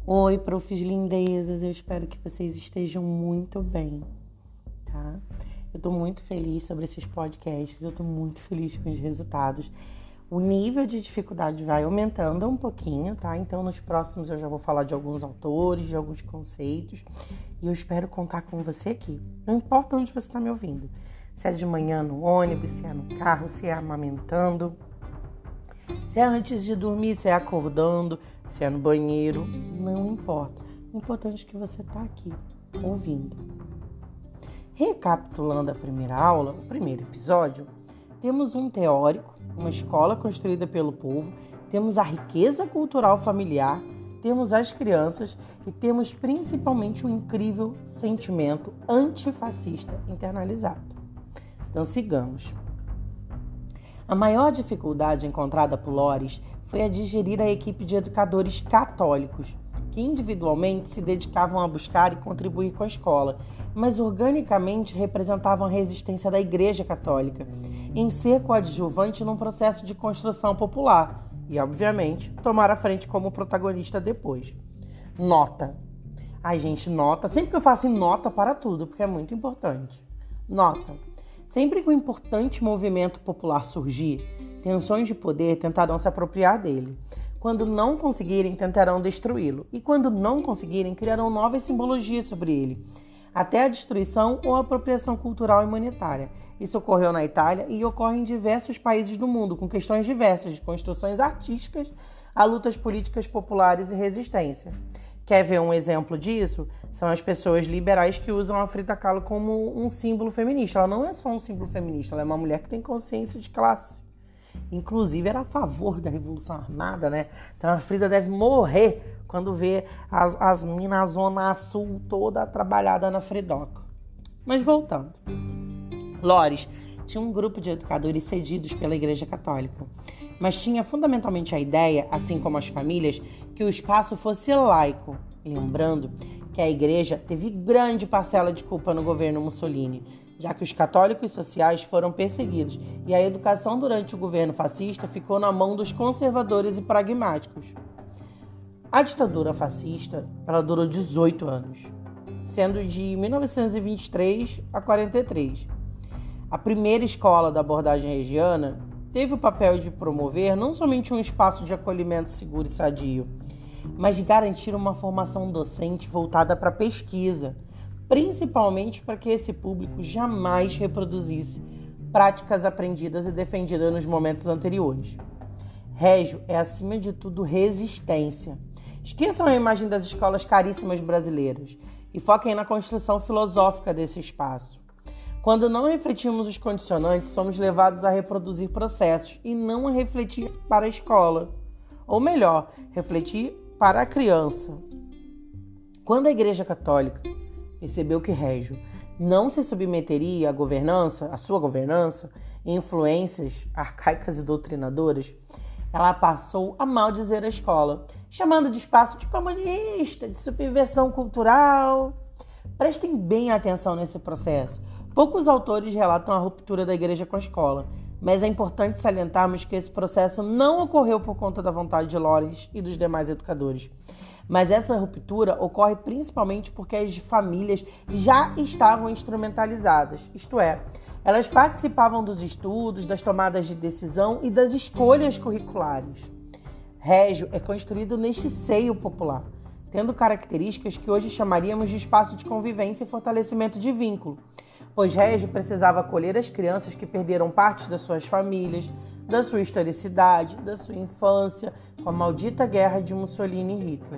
Oi, profs lindezas, eu espero que vocês estejam muito bem, tá? Eu tô muito feliz sobre esses podcasts, eu tô muito feliz com os resultados. O nível de dificuldade vai aumentando um pouquinho, tá? Então, nos próximos eu já vou falar de alguns autores, de alguns conceitos, e eu espero contar com você aqui. Não importa onde você está me ouvindo, se é de manhã no ônibus, se é no carro, se é amamentando, se é antes de dormir, se é acordando, se é no banheiro, não importa. O importante é que você está aqui, ouvindo. Recapitulando a primeira aula, o primeiro episódio, temos um teórico, uma escola construída pelo povo, temos a riqueza cultural familiar, temos as crianças e temos principalmente um incrível sentimento antifascista internalizado. Então sigamos. A maior dificuldade encontrada por Loris foi a de gerir a equipe de educadores católicos, que individualmente se dedicavam a buscar e contribuir com a escola, mas organicamente representavam a resistência da Igreja Católica em ser coadjuvante num processo de construção popular e, obviamente, tomar a frente como protagonista depois. Nota. Ai, gente, nota. Sempre que eu faço nota para tudo, porque é muito importante. Nota. Sempre que um importante movimento popular surgir, tensões de poder tentarão se apropriar dele. Quando não conseguirem, tentarão destruí-lo. E quando não conseguirem, criarão novas simbologias sobre ele, até a destruição ou a apropriação cultural e humanitária. Isso ocorreu na Itália e ocorre em diversos países do mundo, com questões diversas, de construções artísticas a lutas políticas populares e resistência. Quer ver um exemplo disso? São as pessoas liberais que usam a Frida Kahlo como um símbolo feminista. Ela não é só um símbolo feminista, ela é uma mulher que tem consciência de classe. Inclusive, era a favor da Revolução Armada, né? Então, a Frida deve morrer quando vê as minas Zona Sul toda trabalhada na Fridoca. Mas voltando. Loris tinha um grupo de educadores cedidos pela Igreja Católica, mas tinha fundamentalmente a ideia, assim como as famílias, que o espaço fosse laico. Lembrando que a Igreja teve grande parcela de culpa no governo Mussolini, já que os católicos sociais foram perseguidos e a educação durante o governo fascista ficou na mão dos conservadores e pragmáticos. A ditadura fascista ela durou 18 anos, sendo de 1923 a 43. A primeira escola da abordagem regiana teve o papel de promover não somente um espaço de acolhimento seguro e sadio, mas de garantir uma formação docente voltada para a pesquisa, principalmente para que esse público jamais reproduzisse práticas aprendidas e defendidas nos momentos anteriores. Régio é, acima de tudo, resistência. Esqueçam a imagem das escolas caríssimas brasileiras e foquem na construção filosófica desse espaço. Quando não refletimos os condicionantes, somos levados a reproduzir processos e não a refletir para a escola. Ou melhor, refletir para a criança. Quando a Igreja Católica percebeu que Régio não se submeteria à sua governança, influências arcaicas e doutrinadoras, ela passou a maldizer a escola, chamando de espaço de comunista, de subversão cultural. Prestem bem atenção nesse processo. Poucos autores relatam a ruptura da igreja com a escola, mas é importante salientarmos que esse processo não ocorreu por conta da vontade de Loris e dos demais educadores. Mas essa ruptura ocorre principalmente porque as famílias já estavam instrumentalizadas, isto é, elas participavam dos estudos, das tomadas de decisão e das escolhas curriculares. Régio é construído neste seio popular, tendo características que hoje chamaríamos de espaço de convivência e fortalecimento de vínculo, pois Régio precisava acolher as crianças que perderam parte das suas famílias, da sua historicidade, da sua infância, com a maldita guerra de Mussolini e Hitler.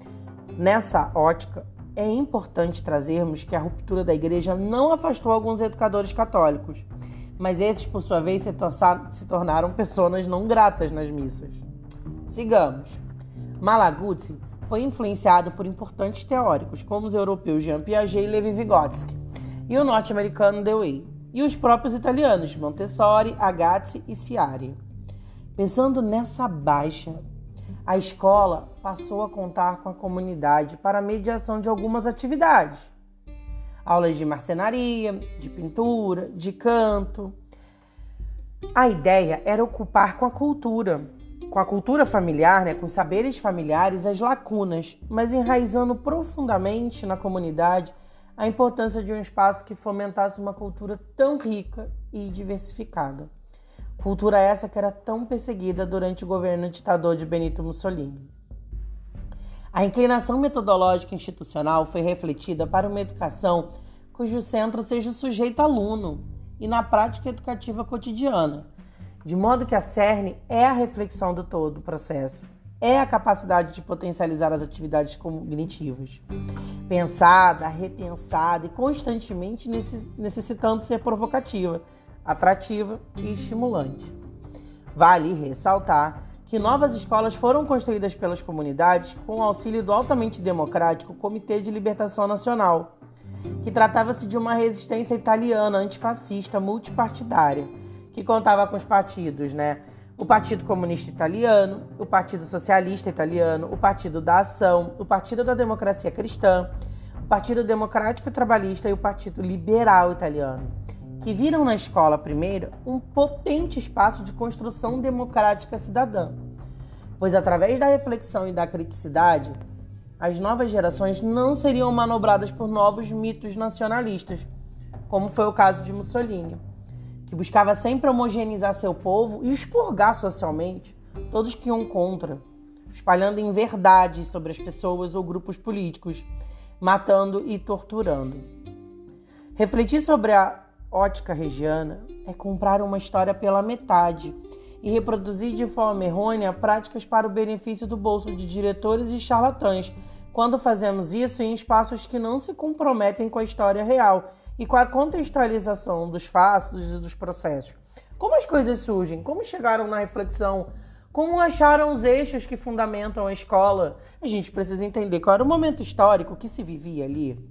Nessa ótica, é importante trazermos que a ruptura da igreja não afastou alguns educadores católicos, mas esses, por sua vez, se tornaram pessoas não gratas nas missas. Sigamos. Malaguzzi foi influenciado por importantes teóricos, como os europeus Jean Piaget e Levi-Vygotsky, e o norte-americano Dewey, e os próprios italianos Montessori, Agazzi e Ciari. Pensando nessa baixa, a escola passou a contar com a comunidade para a mediação de algumas atividades. Aulas de marcenaria, de pintura, de canto. A ideia era ocupar com a cultura, com a cultura familiar, né, com os saberes familiares, as lacunas, mas enraizando profundamente na comunidade a importância de um espaço que fomentasse uma cultura tão rica e diversificada. Cultura essa que era tão perseguida durante o governo ditador de Benito Mussolini. A inclinação metodológica institucional foi refletida para uma educação cujo centro seja o sujeito aluno e na prática educativa cotidiana, de modo que a cerne é a reflexão do todo o processo, é a capacidade de potencializar as atividades cognitivas, pensada, repensada e constantemente necessitando ser provocativa, atrativa e estimulante. Vale ressaltar que novas escolas foram construídas pelas comunidades com o auxílio do altamente democrático Comitê de Libertação Nacional, que tratava-se de uma resistência italiana antifascista multipartidária, que contava com os partidos, o Partido Comunista Italiano, o Partido Socialista Italiano, o Partido da Ação, o Partido da Democracia Cristã, o Partido Democrático Trabalhista e o Partido Liberal Italiano, que viram na escola primeiro um potente espaço de construção democrática cidadã, pois através da reflexão e da criticidade, as novas gerações não seriam manobradas por novos mitos nacionalistas, como foi o caso de Mussolini, que buscava sempre homogeneizar seu povo e expurgar socialmente todos que iam contra, espalhando inverdades sobre as pessoas ou grupos políticos, matando e torturando. Refletir sobre a ótica regiana é comprar uma história pela metade e reproduzir de forma errônea práticas para o benefício do bolso de diretores e charlatães, quando fazemos isso em espaços que não se comprometem com a história real e com a contextualização dos fatos e dos processos. Como as coisas surgem? Como chegaram na reflexão? Como acharam os eixos que fundamentam a escola? A gente precisa entender qual era o momento histórico que se vivia ali.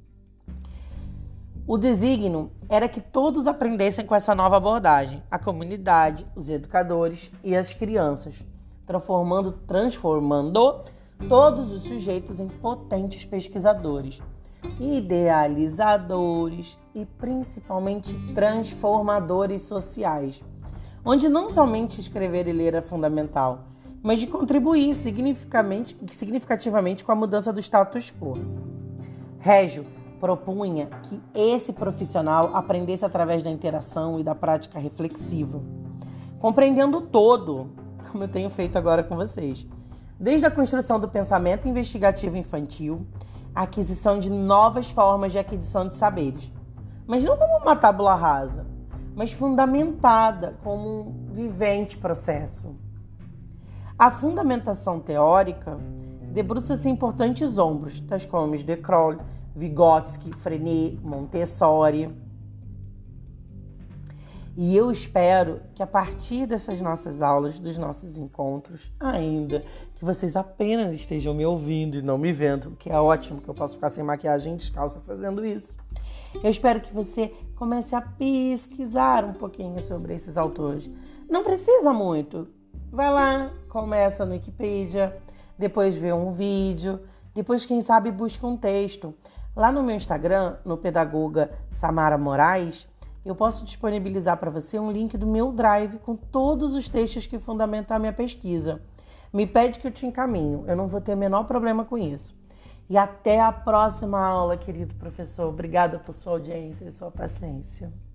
O desígnio era que todos aprendessem com essa nova abordagem, a comunidade, os educadores e as crianças, transformando todos os sujeitos em potentes pesquisadores, idealizadores e principalmente transformadores sociais, onde não somente escrever e ler é fundamental, mas de contribuir significativamente com a mudança do status quo. Régio propunha que esse profissional aprendesse através da interação e da prática reflexiva, compreendendo o todo, como eu tenho feito agora com vocês, desde a construção do pensamento investigativo infantil, a aquisição de novas formas de aquisição de saberes, mas não como uma tábula rasa, mas fundamentada como um vivente processo. A fundamentação teórica debruça-se em importantes ombros, tais como de Crowley, Vygotsky, Freinet, Montessori. E eu espero que a partir dessas nossas aulas, dos nossos encontros, ainda que vocês apenas estejam me ouvindo e não me vendo, que é ótimo, que eu posso ficar sem maquiagem descalça fazendo isso. Eu espero que você comece a pesquisar um pouquinho sobre esses autores. Não precisa muito. Vai lá, começa no Wikipedia, depois vê um vídeo, depois, quem sabe, busca um texto. Lá no meu Instagram, no Pedagoga Samara Moraes, eu posso disponibilizar para você um link do meu Drive com todos os textos que fundamentam a minha pesquisa. Me pede que eu te encaminho, eu não vou ter o menor problema com isso. E até a próxima aula, querido professor. Obrigada por sua audiência e sua paciência.